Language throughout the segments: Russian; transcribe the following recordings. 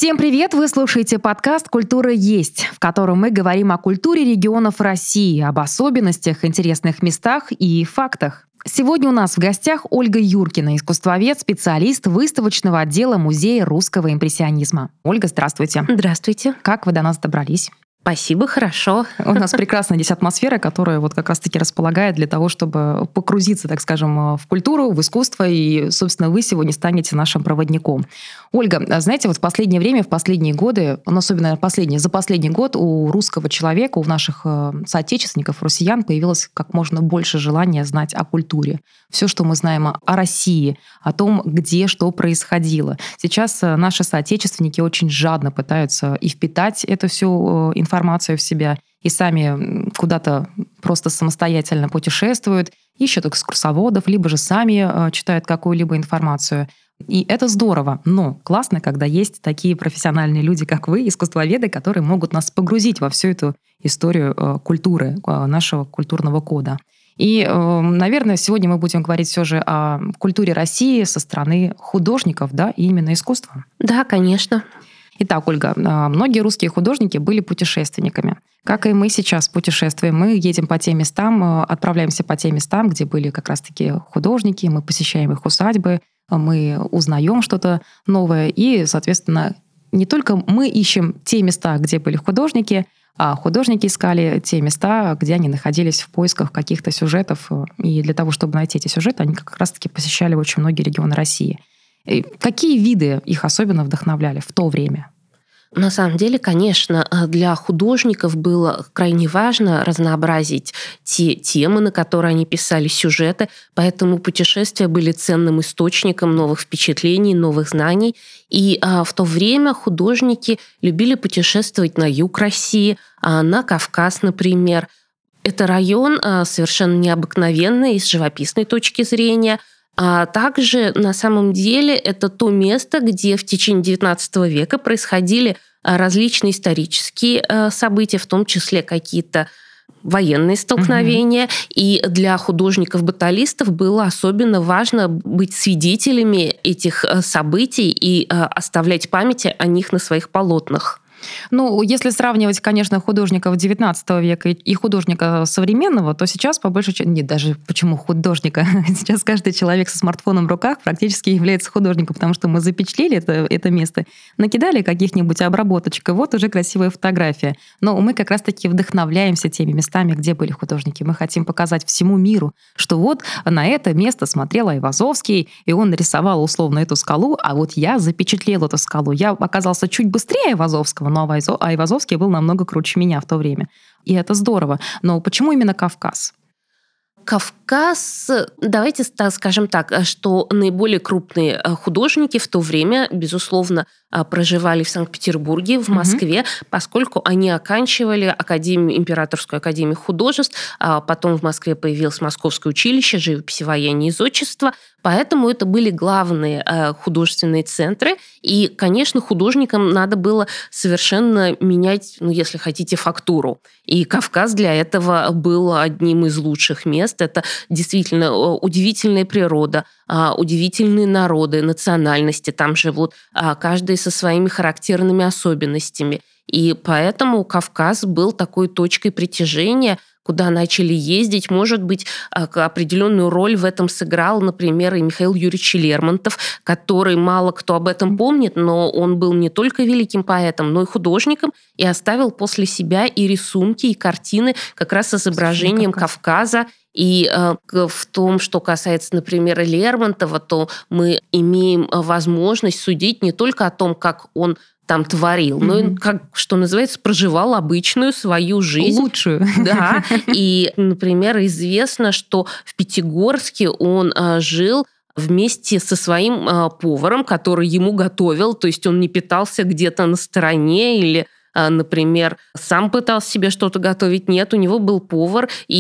Всем привет! Вы слушаете подкаст «Культура есть», в котором мы говорим о культуре регионов России, об особенностях, интересных местах и фактах. Сегодня у нас в гостях Ольга Юркина, искусствовед, специалист выставочного отдела Музея русского импрессионизма. Ольга, здравствуйте. Здравствуйте. Как вы до нас добрались? Спасибо, хорошо. У нас прекрасная здесь атмосфера, которая вот как раз-таки располагает для того, чтобы погрузиться, так скажем, в культуру, в искусство, и, собственно, вы сегодня станете нашим проводником. Ольга, знаете, вот в последнее время, в последние годы, особенно за последний год у русского человека, у наших соотечественников, россиян, появилось как можно больше желания знать о культуре. Все, что мы знаем о России, о том, где что происходило. Сейчас наши соотечественники очень жадно пытаются и впитать эту всю информацию в себя, и сами куда-то просто самостоятельно путешествуют, ищут экскурсоводов, либо же сами читают какую-либо информацию. И это здорово, но классно, когда есть такие профессиональные люди, как вы, искусствоведы, которые могут нас погрузить во всю эту историю культуры, нашего культурного кода. И, наверное, сегодня мы будем говорить все же о культуре России со стороны художников, да, и именно искусства. Да, конечно. Итак, Ольга, многие русские художники были путешественниками. Как и мы сейчас путешествуем, мы едем по тем местам, отправляемся по тем местам, где были как раз-таки художники, мы посещаем их усадьбы, мы узнаем что-то новое, и, соответственно, не только мы ищем те места, где были художники, а художники искали те места, где они находились в поисках каких-то сюжетов, и для того, чтобы найти эти сюжеты, они как раз-таки посещали очень многие регионы России. Какие виды их особенно вдохновляли в то время? На самом деле, конечно, для художников было крайне важно разнообразить те темы, на которые они писали сюжеты, поэтому путешествия были ценным источником новых впечатлений, новых знаний. И в то время художники любили путешествовать на юг России, на Кавказ, например. Это район совершенно необыкновенный с живописной точки зрения. А также на самом деле это то место, где в течение XIX века происходили различные исторические события, в том числе какие-то военные столкновения. И для художников-баталистов было особенно важно быть свидетелями этих событий и оставлять память о них на своих полотнах. Ну, если сравнивать, конечно, художников XIX века и художника современного, то сейчас по большей части... Нет, даже почему художника? Сейчас каждый человек со смартфоном в руках практически является художником, потому что мы запечатлели это место, накидали каких-нибудь обработочек, и вот уже красивая фотография. Но мы как раз-таки вдохновляемся теми местами, где были художники. Мы хотим показать всему миру, что вот на это место смотрел Айвазовский, и он нарисовал условно эту скалу, а вот я запечатлел эту скалу. Я оказался чуть быстрее Айвазовского, но Айвазовский был намного круче меня в то время. И это здорово. Но почему именно Кавказ? Кавказ, давайте скажем так, что наиболее крупные художники в то время, безусловно, проживали в Санкт-Петербурге, в Москве, поскольку они оканчивали Императорскую академию художеств, а потом в Москве появилось Московское училище живописи, ваяния и зодчества, поэтому это были главные художественные центры, и, конечно, художникам надо было совершенно менять, если хотите, фактуру. И Кавказ для этого был одним из лучших мест. Это действительно удивительная природа, удивительные народы, национальности там живут, каждый со своими характерными особенностями. И поэтому Кавказ был такой точкой притяжения, куда начали ездить. Может быть, определенную роль в этом сыграл, например, и Михаил Юрьевич Лермонтов, который мало кто об этом помнит, но он был не только великим поэтом, но и художником, и оставил после себя и рисунки, и картины как раз с изображением Кавказа. И в том, что касается, например, Лермонтова, то мы имеем возможность судить не только о том, как он там творил, но и, как, что называется, проживал обычную свою жизнь. Лучшую. Да. И, например, известно, что в Пятигорске он жил вместе со своим поваром, который ему готовил, то есть он не питался где-то на стороне или, например, сам пытался себе что-то готовить. Нет, у него был повар, и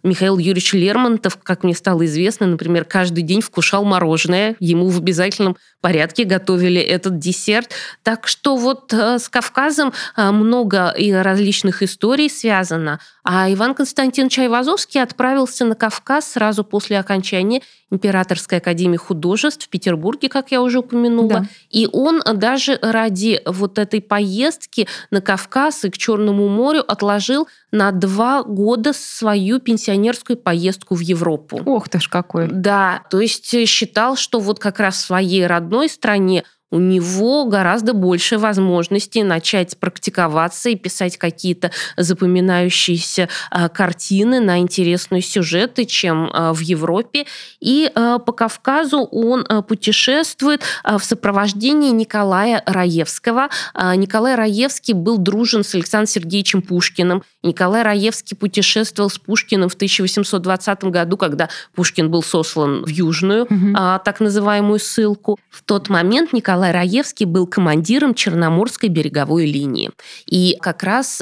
Михаил Юрьевич Лермонтов, как мне стало известно, например, каждый день вкушал мороженое. Ему в обязательном порядке готовили этот десерт. Так что вот с Кавказом много и различных историй связано. А Иван Константинович Айвазовский отправился на Кавказ сразу после окончания Императорской академии художеств в Петербурге, как я уже упомянула. Да. И он даже ради вот этой поездки на Кавказ и к Черному морю отложил на 2 года свою пенсионерскую поездку в Европу. Ох ты ж какой. Да, то есть считал, что вот как раз в своей родной стране у него гораздо больше возможностей начать практиковаться и писать какие-то запоминающиеся картины на интересные сюжеты, чем в Европе. И по Кавказу он путешествует в сопровождении Николая Раевского. Николай Раевский был дружен с Александром Сергеевичем Пушкиным. Николай Раевский путешествовал с Пушкиным в 1820 году, когда Пушкин был сослан в Южную, так называемую ссылку. В тот момент Николай Раевский был командиром Черноморской береговой линии. И как раз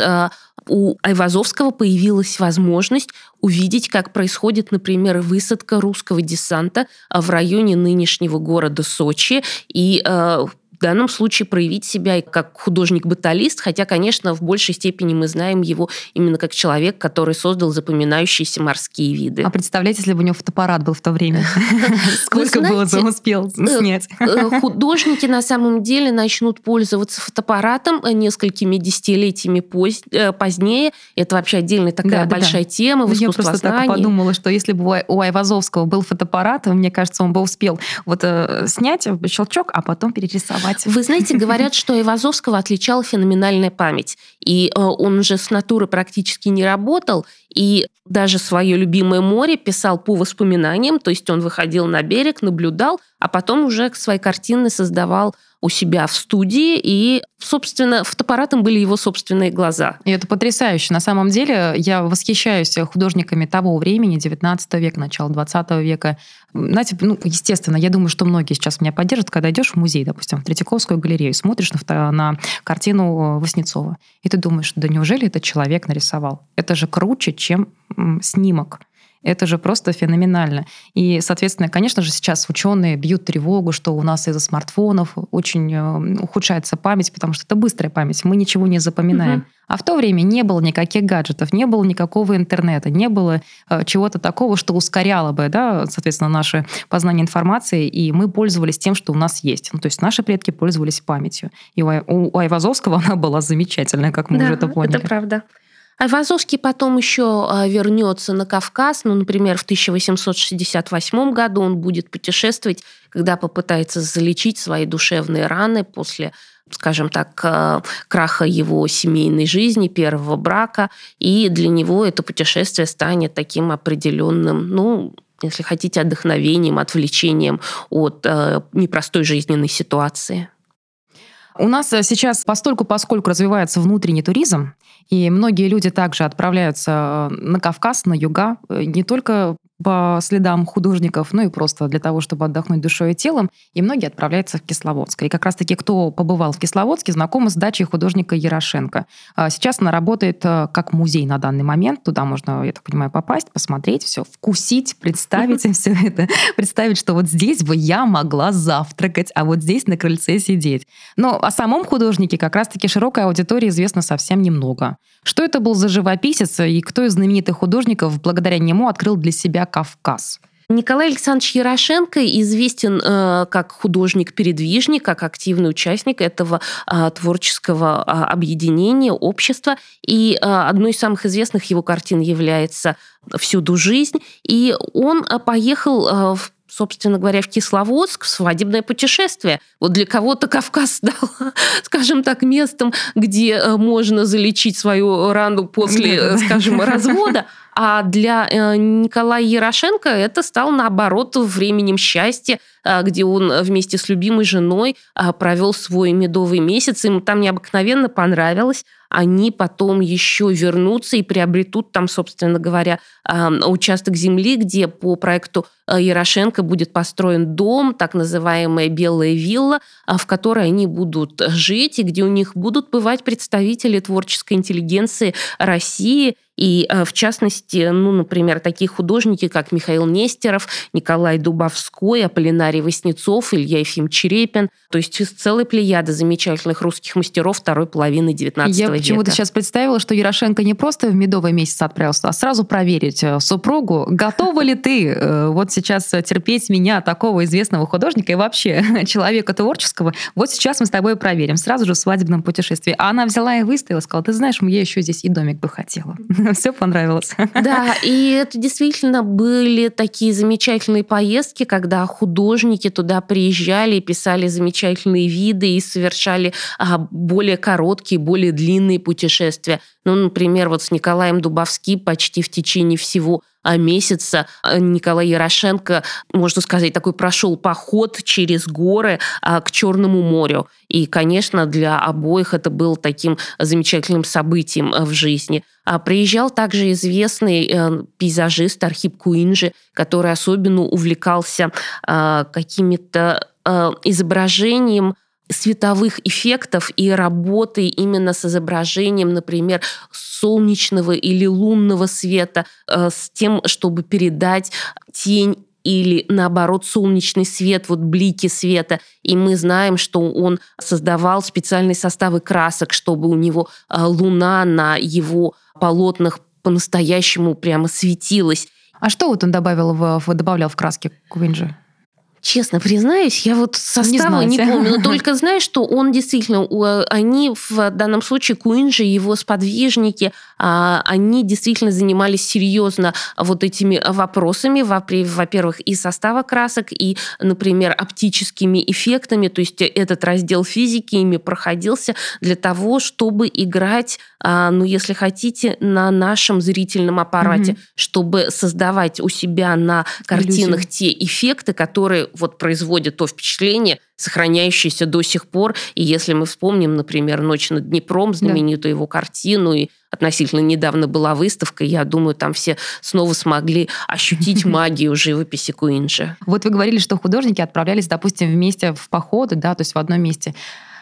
у Айвазовского появилась возможность увидеть, как происходит, например, высадка русского десанта в районе нынешнего города Сочи. И в данном случае проявить себя как художник-баталист, хотя, конечно, в большей степени мы знаем его именно как человек, который создал запоминающиеся морские виды. А представляете, если бы у него фотоаппарат был в то время? Сколько бы он успел снять? Художники на самом деле начнут пользоваться фотоаппаратом несколькими десятилетиями позднее. Это вообще отдельная такая большая тема в искусствознании. Я просто так подумала, что если бы у Айвазовского был фотоаппарат, мне кажется, он бы успел вот снять щелчок, а потом перерисовать. Вы знаете, говорят, что Айвазовского отличала феноменальная память. И он же с натуры практически не работал, и даже свое любимое море писал по воспоминаниям, то есть он выходил на берег, наблюдал, а потом уже свои картины создавал у себя в студии, и, собственно, фотоаппаратом были его собственные глаза. И это потрясающе. На самом деле я восхищаюсь художниками того времени, 19 века, начала 20 века. Знаете, естественно, я думаю, что многие сейчас меня поддержат, когда идешь в музей, допустим, в Третьяковскую галерею, смотришь на картину Васнецова, и ты думаешь, да неужели этот человек нарисовал? Это же круче, чем снимок. Это же просто феноменально. И, соответственно, конечно же, сейчас ученые бьют тревогу, что у нас из-за смартфонов очень ухудшается память, потому что это быстрая память, мы ничего не запоминаем. А в то время не было никаких гаджетов, не было никакого интернета, не было чего-то такого, что ускоряло бы, соответственно, наше познание информации, и мы пользовались тем, что у нас есть. То есть наши предки пользовались памятью. И у Айвазовского она была замечательная, как мы уже это поняли. Это правда. Айвазовский потом еще вернется на Кавказ, например, в 1868 году он будет путешествовать, когда попытается залечить свои душевные раны после, скажем так, краха его семейной жизни, первого брака, и для него это путешествие станет таким определенным, если хотите, отдохновением, отвлечением от непростой жизненной ситуации. У нас сейчас поскольку развивается внутренний туризм, и многие люди также отправляются на Кавказ, на юга, не только по следам художников, и просто для того, чтобы отдохнуть душой и телом, и многие отправляются в Кисловодск. И как раз-таки, кто побывал в Кисловодске, знакомы с дачей художника Ярошенко. Сейчас она работает как музей на данный момент. Туда можно, я так понимаю, попасть, посмотреть все, вкусить, представить все это. Представить, что вот здесь бы я могла завтракать, а вот здесь на крыльце сидеть. Но о самом художнике как раз-таки широкой аудитории известно совсем немного. Что это был за живописец и кто из знаменитых художников благодаря нему открыл для себя Кавказ? Николай Александрович Ярошенко известен как художник-передвижник, как активный участник этого творческого объединения, общества. И одной из самых известных его картин является «Всюду жизнь». И он поехал собственно говоря, в Кисловодск, в свадебное путешествие. Вот для кого-то Кавказ стал, скажем так, местом, где можно залечить свою рану после, скажем, развода. А для Николая Ярошенко это стало, наоборот, временем счастья, где он вместе с любимой женой провел свой медовый месяц. Им там необыкновенно понравилось. Они потом еще вернутся и приобретут там, собственно говоря, участок земли, где по проекту Ярошенко будет построен дом, так называемая «Белая вилла», в которой они будут жить и где у них будут бывать представители творческой интеллигенции России. И, в частности, например, такие художники, как Михаил Нестеров, Николай Дубовской, Аполлинарий Васнецов, Илья Ефим Черепин. То есть целая плеяда замечательных русских мастеров второй половины XIX века. Я почему-то сейчас представила, что Ярошенко не просто в медовый месяц отправился, а сразу проверить супругу, готова ли ты вот сейчас терпеть меня, такого известного художника и вообще человека творческого. Вот сейчас мы с тобой проверим, сразу же в свадебном путешествии. А она взяла и выставила, сказала: ты знаешь, я еще здесь и домик бы хотела. Все понравилось. Да, и это действительно были такие замечательные поездки, когда художники туда приезжали и писали замечательные виды и совершали более короткие, более длинные путешествия. Например, вот с Николаем Дубовским почти в течение всего месяца Николай Ярошенко, можно сказать, такой прошел поход через горы к Черному морю. И, конечно, для обоих это было таким замечательным событием в жизни. Приезжал также известный пейзажист Архип Куинджи, который особенно увлекался какими-то изображением световых эффектов и работы именно с изображением, например, солнечного или лунного света, с тем, чтобы передать тень или, наоборот, солнечный свет, вот блики света. И мы знаем, что он создавал специальные составы красок, чтобы у него луна на его полотнах по-настоящему прямо светилась. А что вот он добавлял в краски Куинджи? Честно признаюсь, я вот состава не помню, но только знаю, что он действительно, они в данном случае, Куинджи и его сподвижники, они действительно занимались серьезно вот этими вопросами, во-первых, и состава красок, и, например, оптическими эффектами, то есть этот раздел физики ими проходился для того, чтобы играть, если хотите, на нашем зрительном аппарате, чтобы создавать у себя на картинах те эффекты, которые вот производят то впечатление, сохраняющееся до сих пор. И если мы вспомним, например, «Ночь над Днепром», знаменитую его картину, и относительно недавно была выставка, я думаю, там все снова смогли ощутить магию живописи Куинджи. Вот вы говорили, что художники отправлялись, допустим, вместе в походы, да, то есть в одном месте.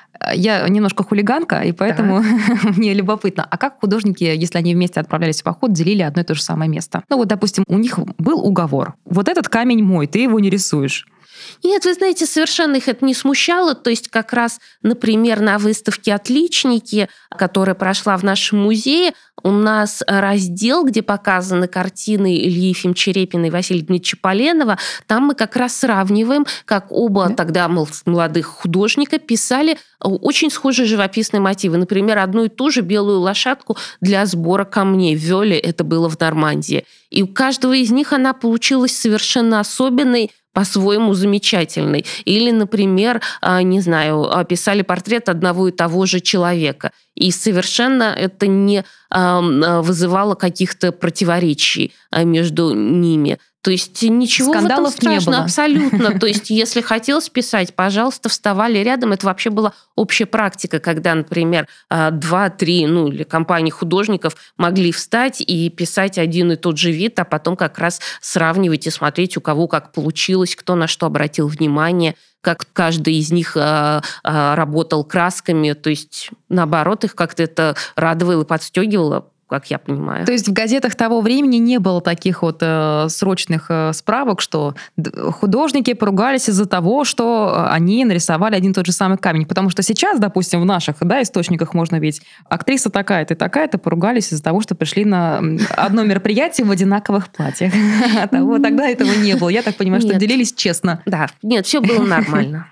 Я немножко хулиганка, и поэтому мне любопытно, а как художники, если они вместе отправлялись в поход, делили одно и то же самое место? Вот, допустим, у них был уговор. Вот этот камень мой, ты его не рисуешь. Нет, вы знаете, совершенно их это не смущало. То есть как раз, например, на выставке «Отличники», которая прошла в нашем музее, у нас раздел, где показаны картины Ильи Ефим Черепина и Василия Дмитриевича Поленова. Там мы как раз сравниваем, как оба тогда молодых художника писали очень схожие живописные мотивы. Например, одну и ту же белую лошадку для сбора камней. В Вёле это было в Нормандии. И у каждого из них она получилась совершенно особенной, по-своему замечательный. Или, например, не знаю, описали портрет одного и того же человека. И совершенно это не вызывало каких-то противоречий между ними. То есть ничего скандалов в этом страшного, не было. абсолютно. То есть если хотелось писать, пожалуйста, вставали рядом. Это вообще была общая практика, когда, например, 2-3, или компании художников могли встать и писать один и тот же вид, а потом как раз сравнивать и смотреть, у кого как получилось, кто на что обратил внимание, как каждый из них работал красками. То есть, наоборот, их как-то это радовало и подстегивало, как я понимаю. То есть в газетах того времени не было таких вот срочных справок, что художники поругались из-за того, что они нарисовали один и тот же самый камень. Потому что сейчас, допустим, в наших источниках можно видеть, актриса такая-то и такая-то поругались из-за того, что пришли на одно мероприятие в одинаковых платьях. Тогда этого не было. Я так понимаю, что делились честно. Да, нет, все было нормально.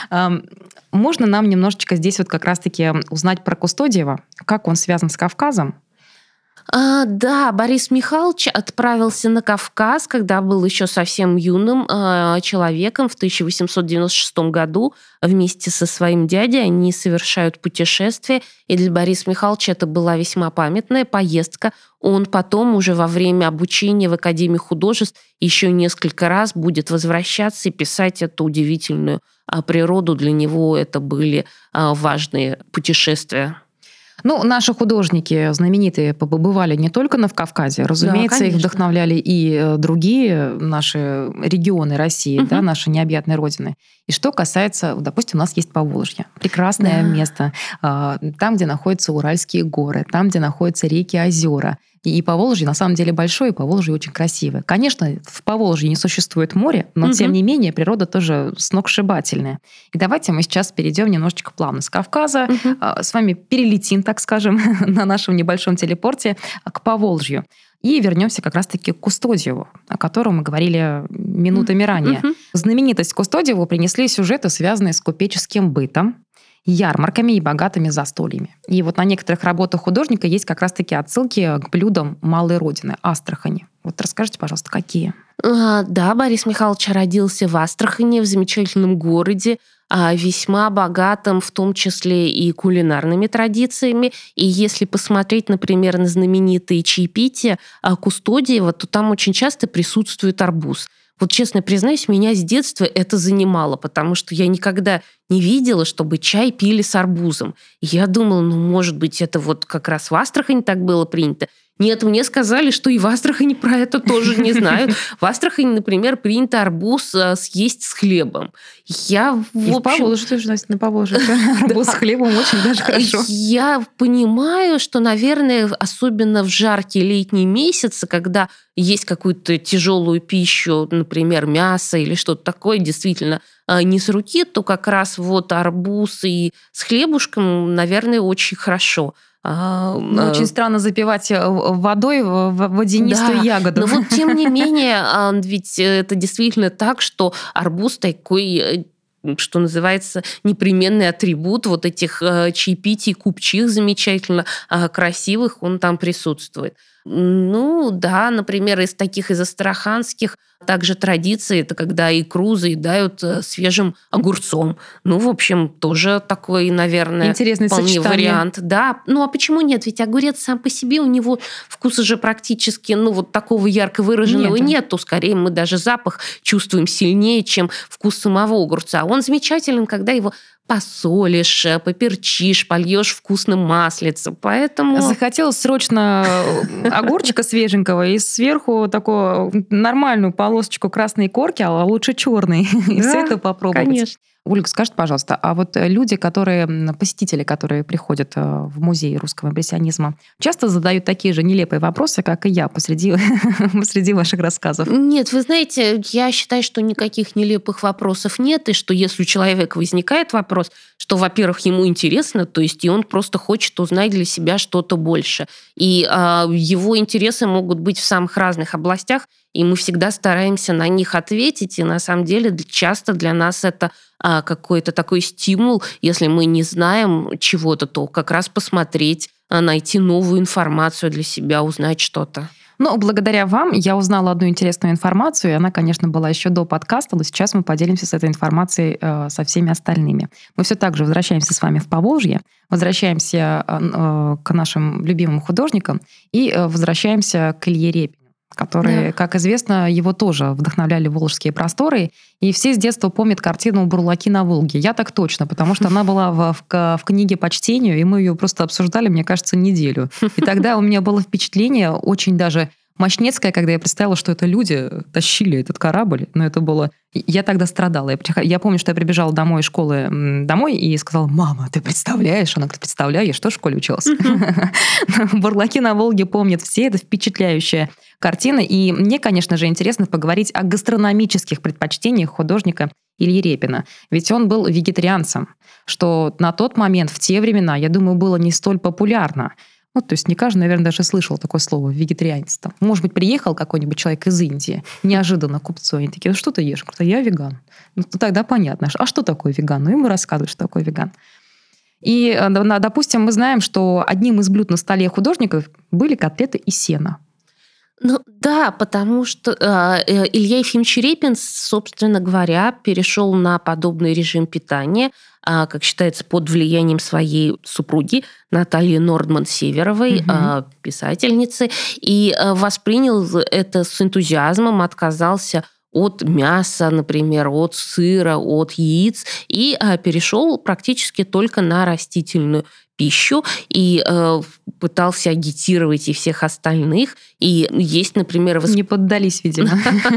Можно нам немножечко здесь вот как раз-таки узнать про Кустодиева, как он связан с Кавказом? Да, Борис Михайлович отправился на Кавказ, когда был еще совсем юным человеком в 1896 году. Вместе со своим дядей они совершают путешествие, и для Бориса Михайловича это была весьма памятная поездка. Он потом уже во время обучения в Академии художеств еще несколько раз будет возвращаться и писать эту удивительную природу. Для него это были важные путешествия. Наши художники знаменитые побывали не только на Кавказе, разумеется, их вдохновляли и другие наши регионы России, наши необъятные родины. И что касается, допустим, у нас есть Поволжье, прекрасное место, там, где находятся Уральские горы, там, где находятся реки, озера. И Поволжье на самом деле большое, и Поволжье очень красивое. Конечно, в Поволжье не существует моря, но тем не менее природа тоже сногсшибательная. И давайте мы сейчас перейдем немножечко плавно с Кавказа, с вами перелетим, так скажем, на нашем небольшом телепорте к Поволжью. И вернемся как раз-таки к Кустодиеву, о котором мы говорили минутами ранее. Знаменитость Кустодиеву принесли сюжеты, связанные с купеческим бытом, ярмарками и богатыми застольями. И вот на некоторых работах художника есть как раз-таки отсылки к блюдам малой родины, Астрахани. Вот расскажите, пожалуйста, какие? Да, Борис Михайлович родился в Астрахани, в замечательном городе, весьма богатым, в том числе и кулинарными традициями. И если посмотреть, например, на знаменитые чаепития Кустодиева, то там очень часто присутствует арбуз. Вот честно признаюсь, меня с детства это занимало, потому что я никогда не видела, чтобы чай пили с арбузом. И я думала, может быть, это вот как раз в Астрахани так было принято. Нет, мне сказали, что и в Астрахани про это тоже не знают. В Астрахани, например, принято арбуз съесть с хлебом. Я, в общем... Поволжье тоже, Настя, на Поволжье. Арбуз с хлебом очень даже хорошо. Я понимаю, что, наверное, особенно в жаркие летние месяцы, когда есть какую-то тяжелую пищу, например, мясо или что-то такое, действительно, не с руки, то как раз вот арбуз и с хлебушком, наверное, очень хорошо. Очень странно запивать водой водянистую ягоду. Но вот тем не менее, ведь это действительно так, что арбуз такой, что называется, непременный атрибут вот этих чаепитий, купчих замечательно красивых, он там присутствует. Например, из астраханских также традиций, это когда икру заедают свежим огурцом. В общем, тоже такой, наверное, интересный вполне вариант. Да, а почему нет? Ведь огурец сам по себе, у него вкуса же практически, вот такого ярко выраженного нету. Скорее, мы даже запах чувствуем сильнее, чем вкус самого огурца. Он замечателен, когда его посолишь, поперчишь, польешь вкусным маслицем. Поэтому... Захотелось срочно огурчика свеженького и сверху такую нормальную полосочку красной корки, а лучше черной. И все это попробовать. Конечно. Ольга, скажите, пожалуйста, а вот люди, посетители, которые приходят в музей русского импрессионизма, часто задают такие же нелепые вопросы, как и я посреди ваших рассказов? Нет, вы знаете, я считаю, что никаких нелепых вопросов нет, и что если у человека возникает вопрос, что, во-первых, ему интересно, то есть и он просто хочет узнать для себя что-то больше. И его интересы могут быть в самых разных областях, и мы всегда стараемся на них ответить, и на самом деле часто для нас это какой-то такой стимул, если мы не знаем чего-то, то как раз посмотреть, найти новую информацию для себя, узнать что-то. Благодаря вам я узнала одну интересную информацию, и она, конечно, была еще до подкаста, но сейчас мы поделимся с этой информацией со всеми остальными. Мы все так же возвращаемся с вами в Поволжье, возвращаемся к нашим любимым художникам и возвращаемся к Илье Репину, который, как известно, его тоже вдохновляли волжские просторы. И все с детства помнят картину «Бурлаки на Волге». Я так точно, потому что она была в книге по чтению, и мы ее просто обсуждали, мне кажется, неделю. И тогда у меня было впечатление очень даже мощнецкое, когда я представила, что это люди тащили этот корабль. Но это было... Я тогда страдала. Я помню, что я прибежала домой из школы и сказала: «Мама, ты представляешь?» Она говорит: «Представляю, я что, в школе училась?» «Бурлаки на Волге» помнят все. Это впечатляющая картина. И мне, конечно же, интересно поговорить о гастрономических предпочтениях художника Ильи Репина. Ведь он был вегетарианцем, что на тот момент, в те времена, я думаю, было не столь популярно. То есть не каждый, наверное, даже слышал такое слово «вегетарианец». Может быть, приехал какой-нибудь человек из Индии, неожиданно купцу, они такие: «Что ты ешь?» Говорит: «Я веган». Тогда понятно. А что такое веган? Ему рассказывают, что такое веган. И, допустим, мы знаем, что одним из блюд на столе художников были котлеты из сена. Да, потому что Илья Ефимович Репин, собственно говоря, перешел на подобный режим питания, как считается, под влиянием своей супруги Натальи Нордман-Северовой, писательницы, и воспринял это с энтузиазмом, отказался от мяса, например, от сыра, от яиц, и перешел практически только на растительную пищу и пытался агитировать и всех остальных. И есть, например... Не поддались, видимо.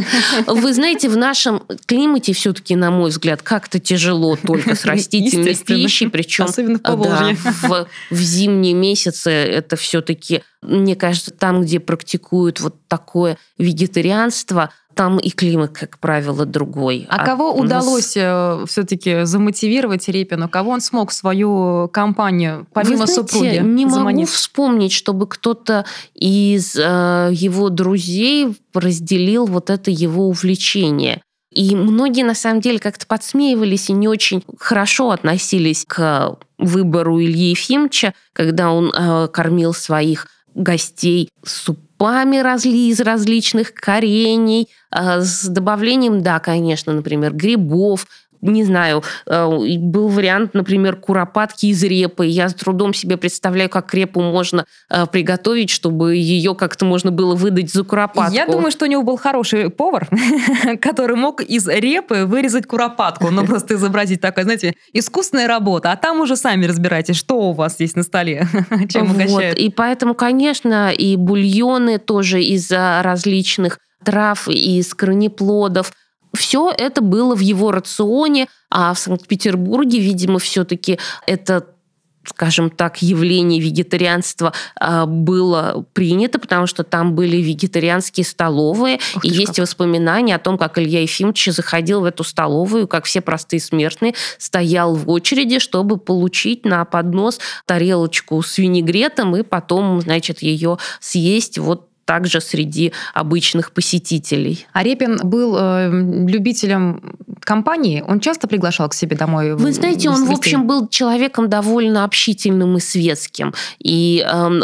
Вы знаете, в нашем климате все-таки, на мой взгляд, как-то тяжело только с растительной пищей, причем особенно в Поволжье. В зимние месяцы это все-таки, мне кажется, там, где практикуют вот такое вегетарианство, там и климат, как правило, другой. А кого удалось все-таки замотивировать Репину? Кого он смог в свою компанию, помимо супруги, не заманить? могу вспомнить, чтобы кто-то из его друзей разделил вот это его увлечение. И многие, на самом деле, как-то подсмеивались и не очень хорошо относились к выбору Ильи Ефимовича, когда он кормил своих гостей супами из различных корений, с добавлением, да, конечно, например, грибов. Не знаю, был вариант, например, куропатки из репы. Я с трудом себе представляю, как репу можно приготовить, чтобы ее как-то можно было выдать за куропатку. Я думаю, что у него был хороший повар, который мог из репы вырезать куропатку. Ну, просто изобразить такое, знаете, искусственная работа. А там уже сами разбирайтесь, что у вас здесь на столе, чем угощают. И поэтому, конечно, и бульоны тоже из различных трав, из корнеплодов. Все это было в его рационе, а в Санкт-Петербурге, видимо, все-таки это, скажем так, явление вегетарианства было принято, потому что там были вегетарианские столовые, и есть воспоминания о том, как Илья Ефимович заходил в эту столовую, как все простые смертные стоял в очереди, чтобы получить на поднос тарелочку с винегретом и потом, значит, ее съесть вот также среди обычных посетителей. А Репин был любителем компании? Он часто приглашал к себе домой? Вы знаете, он, в общем, был человеком довольно общительным и светским. И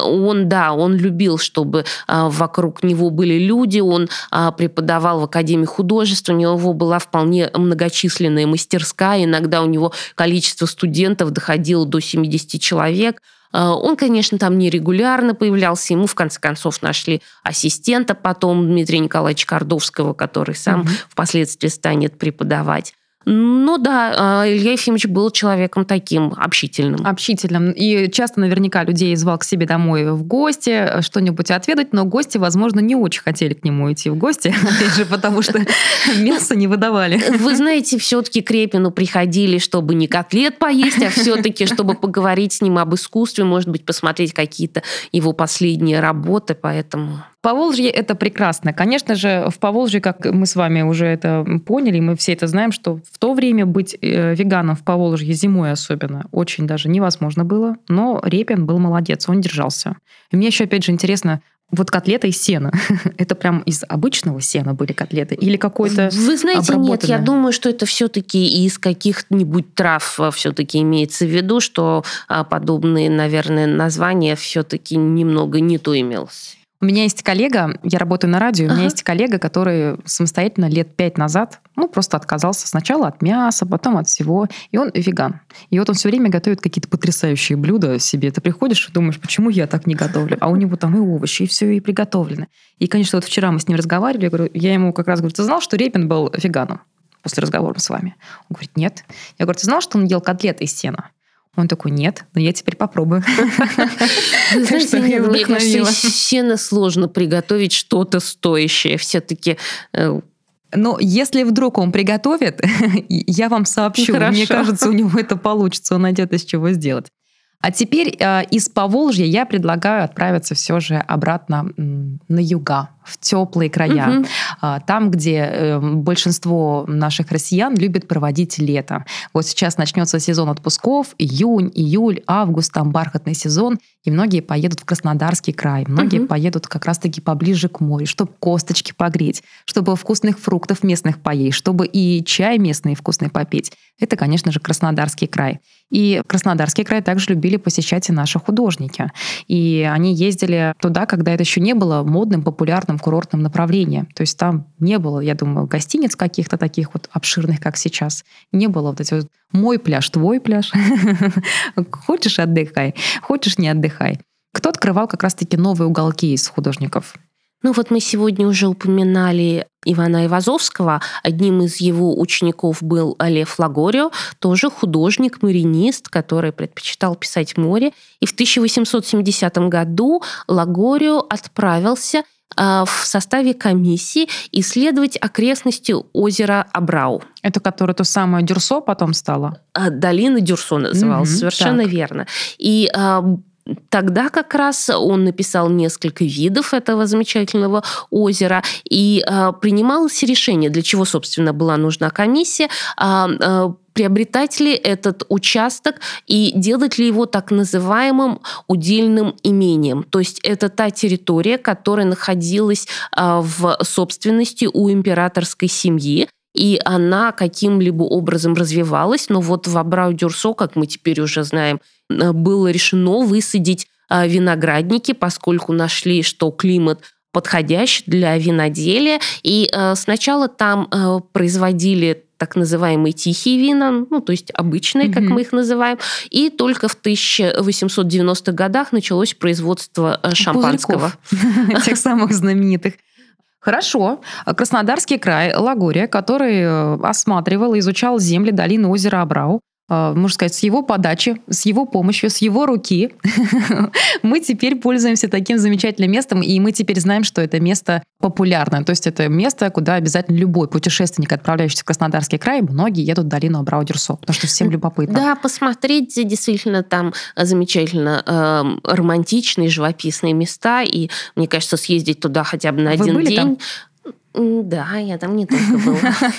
он любил, чтобы вокруг него были люди. Он преподавал в Академии художеств. У него была вполне многочисленная мастерская. Иногда у него количество студентов доходило до 70 человек. Он, конечно, там нерегулярно появлялся. Ему, в конце концов, нашли ассистента потом Дмитрия Николаевича Кордовского, который сам впоследствии станет преподавать. Ну да, Илья Ефимович был человеком таким общительным. Общительным. И часто наверняка людей звал к себе домой в гости, что-нибудь отведать, но гости, возможно, не очень хотели к нему идти в гости, опять же, потому что мясо не выдавали. Вы знаете, все-таки к Репину приходили, чтобы не котлет поесть, а все-таки, чтобы поговорить с ним об искусстве, может быть, посмотреть какие-то его последние работы, поэтому... Поволжье – это прекрасно. Конечно же, в Поволжье, как мы с вами уже это поняли, мы все это знаем, что в то время быть веганом в Поволжье зимой особенно очень даже невозможно было, но Репин был молодец, он держался. И мне еще, опять же, интересно, вот котлета из сена. Это прям из обычного сена были котлеты? Или какой-то Вы знаете, обработанное? Нет, я думаю, что это все-таки из каких-нибудь трав все-таки имеется в виду, что подобные, наверное, названия все-таки немного не то имелось. У меня есть коллега, я работаю на радио, у меня есть коллега, который самостоятельно лет 5 назад, просто отказался сначала от мяса, потом от всего, и он веган. И вот он все время готовит какие-то потрясающие блюда себе. Ты приходишь и думаешь, почему я так не готовлю? А у него там и овощи, и все и приготовлено. И, конечно, вот вчера мы с ним разговаривали, я ему как раз говорю, ты знал, что Репин был веганом после разговора с вами? Он говорит, нет. Я говорю, ты знал, что он ел котлеты из сена? Он такой, нет, но я теперь попробую. Вы знаете, мне кажется, из сена сложно приготовить что-то стоящее. Все-таки... Но если вдруг он приготовит, я вам сообщу. Хорошо. Мне кажется, у него это получится, он найдет из чего сделать. А теперь из Поволжья я предлагаю отправиться все же обратно на юга, в теплые края, там, где большинство наших россиян любят проводить лето. Вот сейчас начнется сезон отпусков, июнь, июль, август, там бархатный сезон, и многие поедут в Краснодарский край, многие поедут как раз-таки поближе к морю, чтобы косточки погреть, чтобы вкусных фруктов местных поесть, чтобы и чай местный вкусный попить. Это, конечно же, Краснодарский край. И Краснодарский край также любили посещать и наши художники. И они ездили туда, когда это еще не было модным, популярным курортным направлением. То есть там не было, я думаю, гостиниц каких-то таких вот обширных, как сейчас. Не было вот эти вот «мой пляж, твой пляж». Хочешь — отдыхай, хочешь — не отдыхай. Кто открывал как раз-таки новые уголки из художников? Ну вот мы сегодня уже упоминали Ивана Айвазовского. Одним из его учеников был Лев Лагорио, тоже художник, маринист, который предпочитал писать море. И в 1870 году Лагорио отправился в составе комиссии исследовать окрестности озера Абрау. Это которое то самое Дюрсо потом стало? Долина Дюрсо называлась, совершенно так. верно. И тогда как раз он написал несколько видов этого замечательного озера, и принималось решение, для чего, собственно, была нужна комиссия, приобретать ли этот участок и делать ли его так называемым удельным имением. То есть это та территория, которая находилась в собственности у императорской семьи, и она каким-либо образом развивалась. Но вот в Абрау-Дюрсо, как мы теперь уже знаем, было решено высадить виноградники, поскольку нашли, что климат подходящий для виноделия. И сначала там производили так называемые тихие вина, ну, то есть обычные, как мы их называем. И только в 1890-х годах началось производство шампанского. Тех самых знаменитых. Хорошо. Краснодарский край, Лагория, который осматривал и изучал земли долины озера Абрау, можно сказать, с его подачи, с его помощью, с его руки, мы теперь пользуемся таким замечательным местом, и мы теперь знаем, что это место популярное. То есть это место, куда обязательно любой путешественник, отправляющийся в Краснодарский край, многие едут в долину Абрау-Дюрсо, потому что всем любопытно. Да, посмотреть действительно там замечательно романтичные, живописные места, и, мне кажется, съездить туда хотя бы на один день. Там? Да, я там не только была.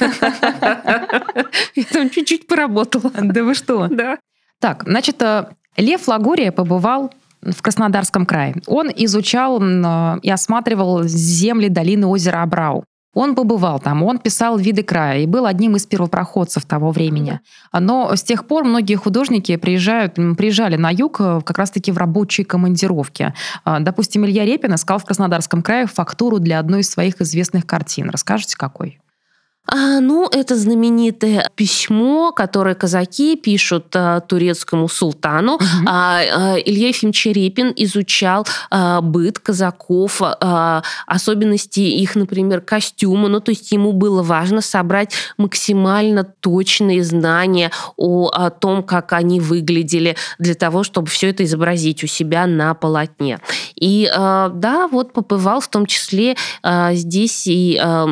Я там чуть-чуть поработала. Да вы что? Да. Так, значит, Лев Лагория побывал в Краснодарском крае. Он изучал и осматривал земли долины озера Абрау. Он побывал там, он писал виды края и был одним из первопроходцев того времени. Но с тех пор многие художники приезжали на юг как раз-таки в рабочие командировки. Допустим, Илья Репин искал в Краснодарском крае фактуру для одной из своих известных картин. Расскажете, какой? Ну, это знаменитое письмо, которое казаки пишут турецкому султану. Илья Ефимович Репин изучал быт казаков, особенности их, например, костюма. Ну, то есть ему было важно собрать максимально точные знания о том, как они выглядели, для того, чтобы все это изобразить у себя на полотне. И да, вот побывал в том числе здесь и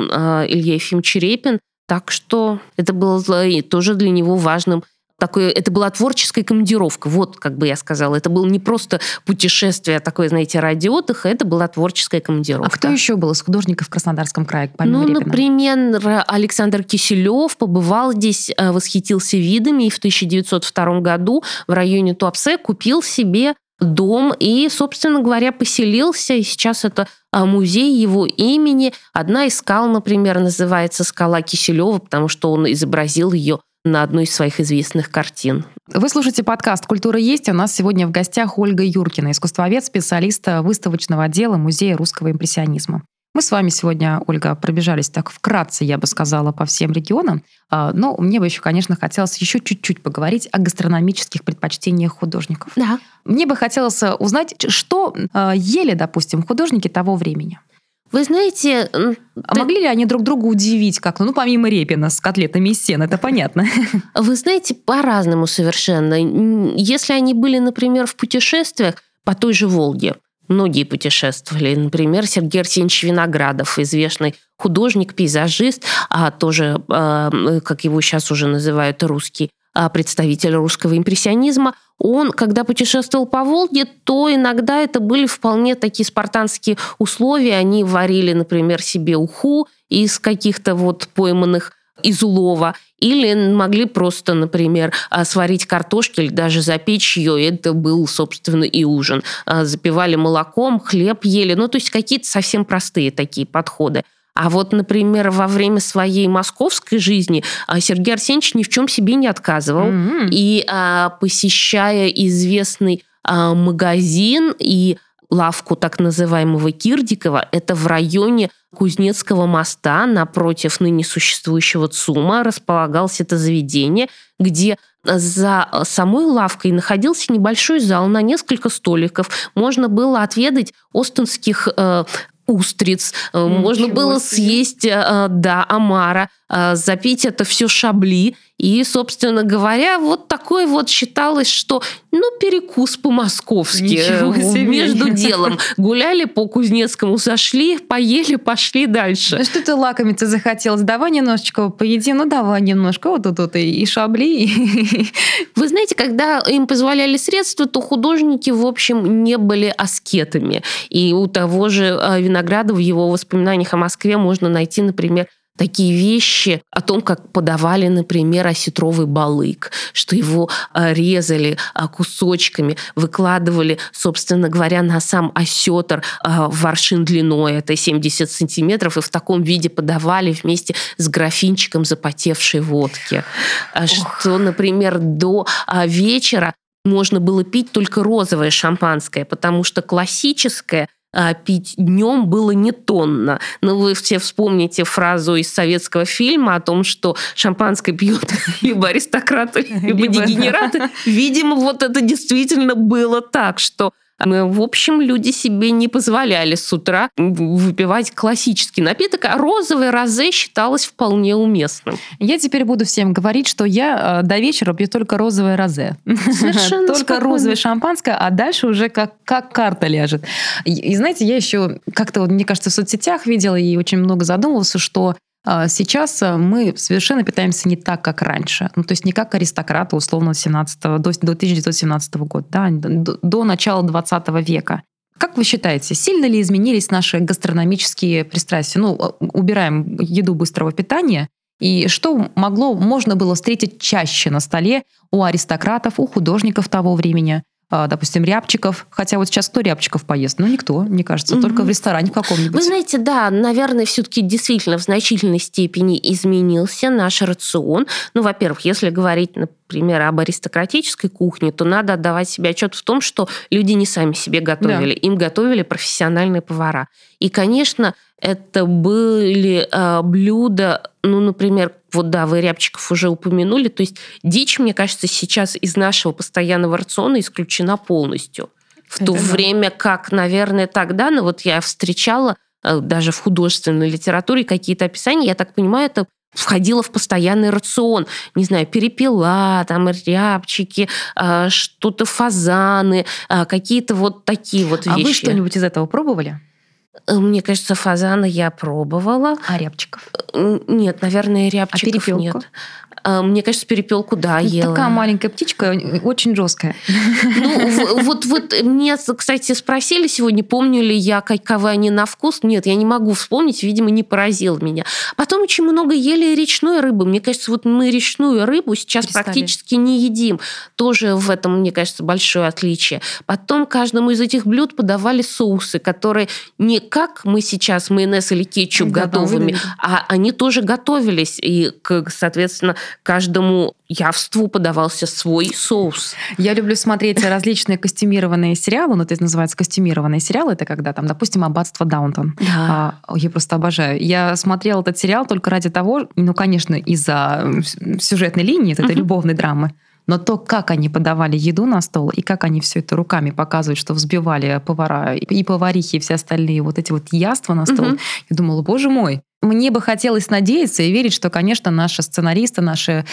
Илья Ефимович Репин. Так что это было тоже для него важным. Это была творческая командировка, вот как бы я сказала. Это было не просто путешествие, такое, знаете, ради отдыха, это была творческая командировка. А кто еще был из художников в Краснодарском крае, помимо Репина? Например, Александр Киселев побывал здесь, восхитился видами, и в 1902 году в районе Туапсе купил себе дом и, собственно говоря, поселился. И сейчас это музей его имени. Одна из скал, например, называется скала Киселева, потому что он изобразил ее на одной из своих известных картин. Вы слушаете подкаст «Культура есть». У нас сегодня в гостях Ольга Юркина, искусствовед, специалист выставочного отдела Музея русского импрессионизма. Мы с вами сегодня, Ольга, пробежались так вкратце, я бы сказала, по всем регионам. Но мне бы еще, конечно, хотелось еще чуть-чуть поговорить о гастрономических предпочтениях художников. Да. Мне бы хотелось узнать, что ели, допустим, художники того времени. Вы знаете... могли ли они друг друга удивить как-то? Ну, помимо Репина с котлетами из сена, это понятно. Вы знаете, по-разному совершенно. Если они были, например, в путешествиях по той же Волге, многие путешествовали. Например, Сергей Арсеньевич Виноградов, известный художник, пейзажист, а тоже, как его сейчас уже называют, русский представитель русского импрессионизма. Он, когда путешествовал по Волге, то иногда это были вполне такие спартанские условия. Они варили, например, себе уху из каких-то вот пойманных из улова, или могли просто, например, сварить картошки или даже запечь ее, и это был, собственно, и ужин. Запивали молоком, хлеб ели, ну, то есть какие-то совсем простые такие подходы. А вот, например, во время своей московской жизни Сергей Арсеньевич ни в чем себе не отказывал. И посещая известный магазин и лавку так называемого Кирдикова, это в районе Кузнецкого моста, напротив ныне существующего ЦУМа, располагалось это заведение, где за самой лавкой находился небольшой зал на несколько столиков. Можно было отведать остинских устриц, можно было съесть, омара, запить это все шабли. И, собственно говоря, вот такое вот считалось, что, перекус по-московски. Между делом. Гуляли по Кузнецкому, зашли, поели, пошли дальше. Что-то лакомиться захотелось. Давай немножечко поедим, давай немножко. Вот тут и шабли. Вы знаете, когда им позволяли средства, то художники, в общем, не были аскетами. И у того же Виноградова в его воспоминаниях о Москве можно найти, например, такие вещи о том, как подавали, например, осетровый балык, что его резали кусочками, выкладывали, собственно говоря, на сам осетр в аршин длиной, это 70 сантиметров, и в таком виде подавали вместе с графинчиком запотевшей водки. Что, например, до вечера можно было пить только розовое шампанское, потому что классическое пить днем было не тонно. Но вы все вспомните фразу из советского фильма о том, что шампанское пьют либо аристократы, либо дегенераты. Видимо, вот это действительно было так, что в общем, люди себе не позволяли с утра выпивать классический напиток, а розовое розе считалось вполне уместным. Я теперь буду всем говорить, что я до вечера пью только розовое розе. Совершенно только розовое шампанское, а дальше уже как карта ляжет. И знаете, я еще как-то, мне кажется, в соцсетях видела и очень много задумывался, что сейчас мы совершенно питаемся не так, как раньше. То есть не как аристократы, условно, до 1917 года, до начала 20 века. Как вы считаете, сильно ли изменились наши гастрономические пристрастия? Убираем еду быстрого питания. И что можно было встретить чаще на столе у аристократов, у художников того времени? Допустим, рябчиков. Хотя вот сейчас кто рябчиков поест? Никто, мне кажется, только в ресторане каком-нибудь. Вы знаете, да, наверное, все-таки действительно в значительной степени изменился наш рацион. Во-первых, если говорить, например, об аристократической кухне, то надо отдавать себе отчет в том, что люди не сами себе готовили. Да. Им готовили профессиональные повара. И, конечно, это были блюда, например, вы рябчиков уже упомянули. То есть дичь, мне кажется, сейчас из нашего постоянного рациона исключена полностью. В то время как, наверное, тогда, я встречала даже в художественной литературе какие-то описания, я так понимаю, это входило в постоянный рацион. Не знаю, перепела, рябчики, что-то фазаны, какие-то вот такие вот вещи. А вы что-нибудь из этого пробовали? Мне кажется, фазана я пробовала. А рябчиков? Нет, наверное, рябчиков нет. Мне кажется, перепелку, ела. Такая маленькая птичка, очень жесткая. Вот меня, кстати, спросили сегодня, помню ли я, каковы они на вкус. Нет, я не могу вспомнить, видимо, не поразил меня. Потом очень много ели речной рыбы. Мне кажется, мы речную рыбу сейчас практически не едим. Тоже в этом, мне кажется, большое отличие. Потом каждому из этих блюд подавали соусы, которые не как мы сейчас майонез или кетчуп готовыми, а они тоже готовились. И, соответственно, каждому явству подавался свой соус. Я люблю смотреть различные костюмированные сериалы. Это называется костюмированные сериалы. Это когда, допустим, «Аббатство Даунтон». Да. Я просто обожаю. Я смотрела этот сериал только ради того, конечно, из-за сюжетной линии, этой любовной драмы. Но то, как они подавали еду на стол, и как они все это руками показывают, что взбивали повара и поварихи, и все остальные вот эти вот яства на стол, я думала, боже мой, мне бы хотелось надеяться и верить, что, конечно, наши сценаристы, наши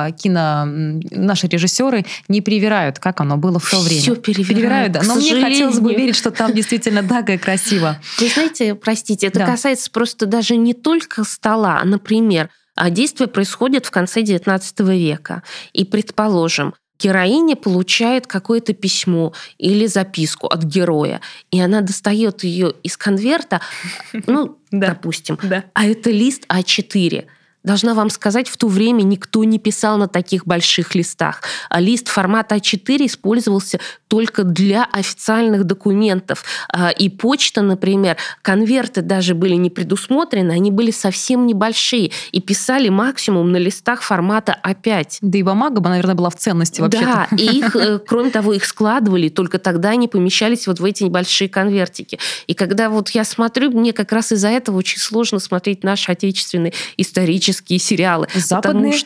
режиссеры не перевирают, как оно было в то время. Все перевирают, да. Но мне хотелось бы верить, что там действительно дага и красиво. Вы знаете, простите, это касается просто даже не только стола, а, например, действие происходит в конце XIX века. И, предположим, героиня получает какое-то письмо или записку от героя, и она достает ее из конверта, допустим, а это лист А4. Должна вам сказать, в то время никто не писал на таких больших листах. А лист формата А4 использовался только для официальных документов. И почта, например, конверты даже были не предусмотрены, они были совсем небольшие. И писали максимум на листах формата А5. Да и бумага, наверное, была в ценности вообще-то. Да, и их, кроме того, их складывали, только тогда они помещались вот в эти небольшие конвертики. И когда я смотрю, мне как раз из-за этого очень сложно смотреть наши отечественные исторические сериалы. Западные? Потому что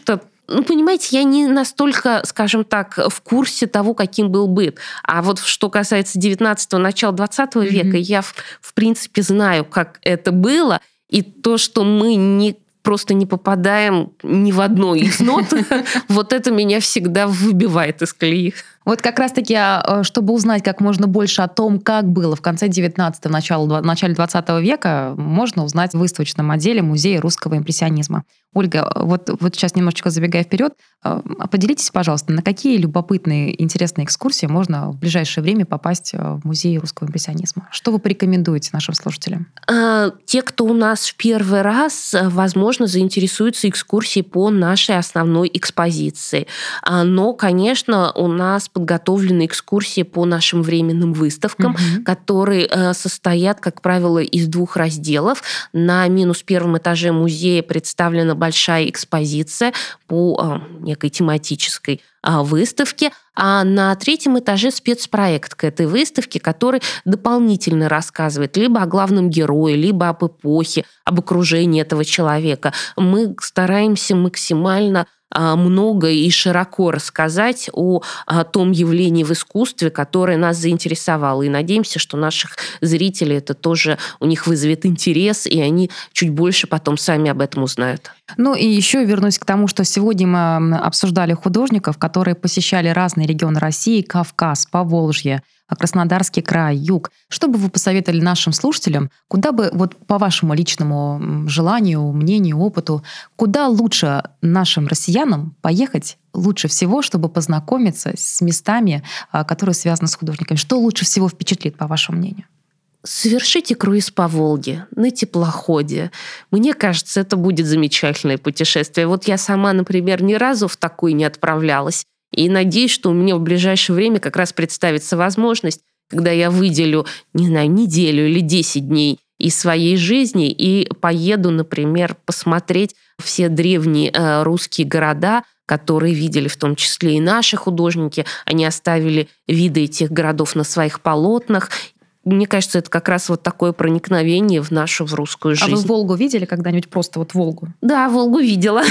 Понимаете, я не настолько, скажем так, в курсе того, каким был быт. А вот что касается 19-го, начала 20 века, я, в принципе, знаю, как это было. И то, что мы просто не попадаем ни в одно из нот, вот это меня всегда выбивает из колеи. Вот как раз-таки, чтобы узнать как можно больше о том, как было в конце 19-го, начале 20 века, можно узнать в выставочном отделе Музея русского импрессионизма. Ольга, вот сейчас немножечко забегая вперед, поделитесь, пожалуйста, на какие любопытные, интересные экскурсии можно в ближайшее время попасть в Музей русского импрессионизма? Что вы порекомендуете нашим слушателям? Те, кто у нас в первый раз, возможно, заинтересуются экскурсией по нашей основной экспозиции. Но, конечно, у нас подготовлены экскурсии по нашим временным выставкам, которые состоят, как правило, из 2 разделов. На -1 этаже музея представлена большая экспозиция по некой тематической выставке, а на 3 этаже спецпроект к этой выставке, который дополнительно рассказывает либо о главном герое, либо об эпохе, об окружении этого человека. Мы стараемся максимально много и широко рассказать о том явлении в искусстве, которое нас заинтересовало. И надеемся, что наших зрителей это тоже у них вызовет интерес, и они чуть больше потом сами об этом узнают. Ну и еще вернусь к тому, что сегодня мы обсуждали художников, которые посещали разные регионы России: Кавказ, Поволжье, Краснодарский край, юг. Что бы вы посоветовали нашим слушателям, куда бы, вот по вашему личному желанию, мнению, опыту, куда лучше нашим россиянам поехать лучше всего, чтобы познакомиться с местами, которые связаны с художниками? Что лучше всего впечатлит, по вашему мнению? Совершите круиз по Волге на теплоходе. Мне кажется, это будет замечательное путешествие. Вот я сама, например, ни разу в такое не отправлялась. И надеюсь, что у меня в ближайшее время как раз представится возможность, когда я выделю, не знаю, неделю или 10 дней из своей жизни и поеду, например, посмотреть все древние русские города, которые видели в том числе и наши художники. Они оставили виды этих городов на своих полотнах. Мне кажется, это как раз вот такое проникновение в нашу, в русскую жизнь. А вы Волгу видели когда-нибудь, просто вот Волгу? Да, Волгу видела.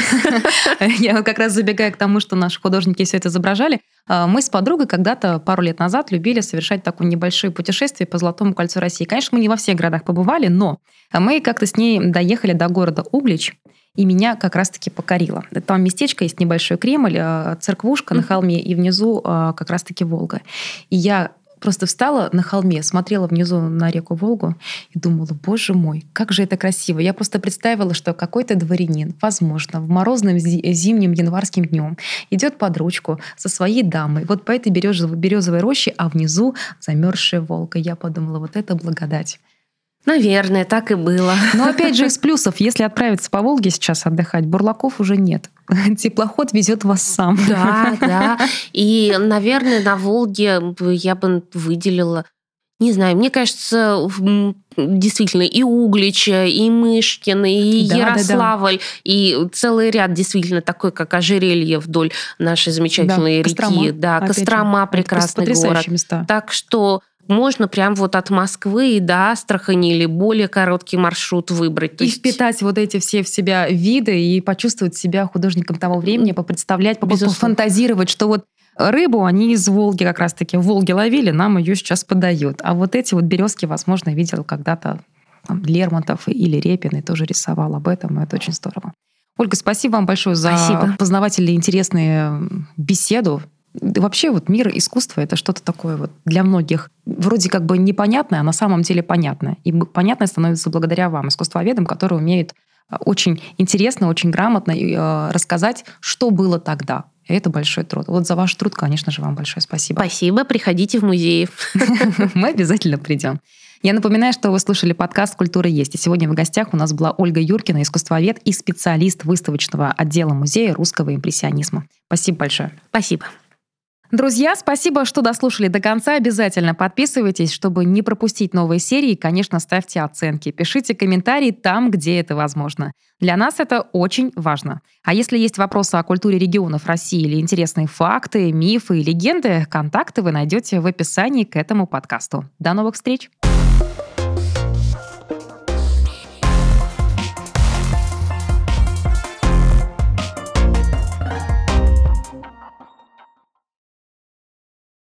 Я как раз забегая к тому, что наши художники все это изображали, мы с подругой когда-то пару лет назад любили совершать такое небольшое путешествие по Золотому кольцу России. Конечно, мы не во всех городах побывали, но мы как-то с ней доехали до города Углич, и меня как раз-таки покорило. Там местечко есть, небольшой Кремль, церквушка на холме, и внизу как раз-таки Волга. И я просто встала на холме, смотрела внизу на реку Волгу и думала: боже мой, как же это красиво. Я просто представила, что какой-то дворянин, возможно, в морозным зимним январским днем идет под ручку со своей дамой вот по этой березовой роще, а внизу замерзшая Волга. Я подумала: вот это благодать. Наверное, так и было. Но опять же, из плюсов, если отправиться по Волге сейчас отдыхать, бурлаков уже нет. Теплоход везет вас сам. Да. И, наверное, на Волге я бы выделила, не знаю, мне кажется, действительно и Углич, и Мышкин, и Ярославль, и целый ряд действительно такой, как ожерелье вдоль нашей замечательной реки. Кострома, прекрасный город. Места. Так что можно прям вот от Москвы и до Астрахани или более короткий маршрут выбрать. И впитать вот эти все в себя виды и почувствовать себя художником того времени, попредставлять, пофантазировать, что вот рыбу они из Волги как раз-таки в Волге ловили, нам ее сейчас подают. А вот эти вот березки, возможно, видел когда-то Лермонтов или Репин и тоже рисовал об этом, и это очень здорово. Ольга, спасибо вам большое за познавательную и интересную беседу. Вообще вот мир искусства — это что-то такое вот для многих вроде как бы непонятное, а на самом деле понятное. И понятное становится благодаря вам, искусствоведам, которые умеют очень интересно, очень грамотно рассказать, что было тогда. И это большой труд. Вот за ваш труд, конечно же, вам большое спасибо. Спасибо, приходите в музей. Мы обязательно придем. Я напоминаю, что вы слушали подкаст «Культура есть». И сегодня в гостях у нас была Ольга Юркина, искусствовед и специалист выставочного отдела Музея русского импрессионизма. Спасибо большое. Спасибо. Друзья, спасибо, что дослушали до конца. Обязательно подписывайтесь, чтобы не пропустить новые серии. И, конечно, ставьте оценки. Пишите комментарии там, где это возможно. Для нас это очень важно. А если есть вопросы о культуре регионов России или интересные факты, мифы и легенды, контакты вы найдете в описании к этому подкасту. До новых встреч!